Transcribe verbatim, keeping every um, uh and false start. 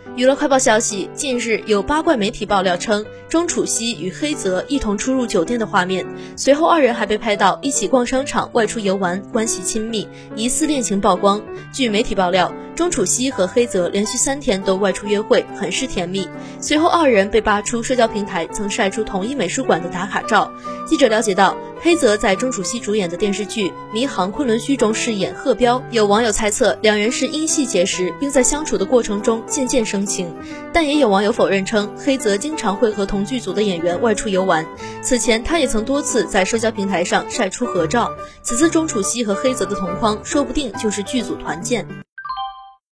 娱乐快报消息，近日有八卦媒体爆料称，钟楚曦与黑泽一同出入酒店的画面，随后二人还被拍到一起逛商场、外出游玩，关系亲密，疑似恋情曝光。据媒体爆料，钟楚曦和黑泽连续三天都外出约会，很是甜蜜。随后二人被扒出社交平台曾晒出同一美术馆的打卡照。记者了解到，黑泽在钟楚曦主演的电视剧《迷航昆仑虚》中饰演贺彪，有网友猜测两人是因戏结识，并在相处的过程中渐渐生情，但也有网友否认称，黑泽经常会和同剧组的演员外出游玩。此前他也曾多次在社交平台上晒出合照，此次钟楚曦和黑泽的同框，说不定就是剧组团建。